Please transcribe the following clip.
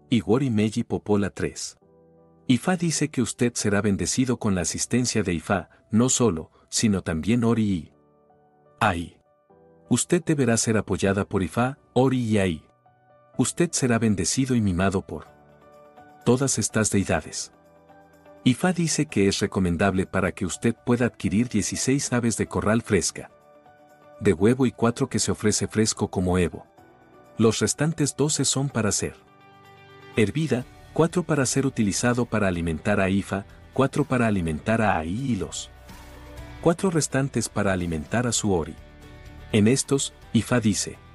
Igori Meji Popola 3. Ifá dice que usted será bendecido con la asistencia de Ifá, no solo, sino también Ori y Ai. Usted deberá ser apoyada por Ifá, Ori y Ai. Usted será bendecido y mimado por todas estas deidades. Ifá dice que es recomendable para que usted pueda adquirir 16 aves de corral fresca de huevo y 4 que se ofrece fresco como Evo. Los restantes 12 son para ser hervida, 4 para ser utilizado para alimentar a Ifá, 4 para alimentar a Ai y los 4 restantes para alimentar a su Ori. En estos, Ifá dice: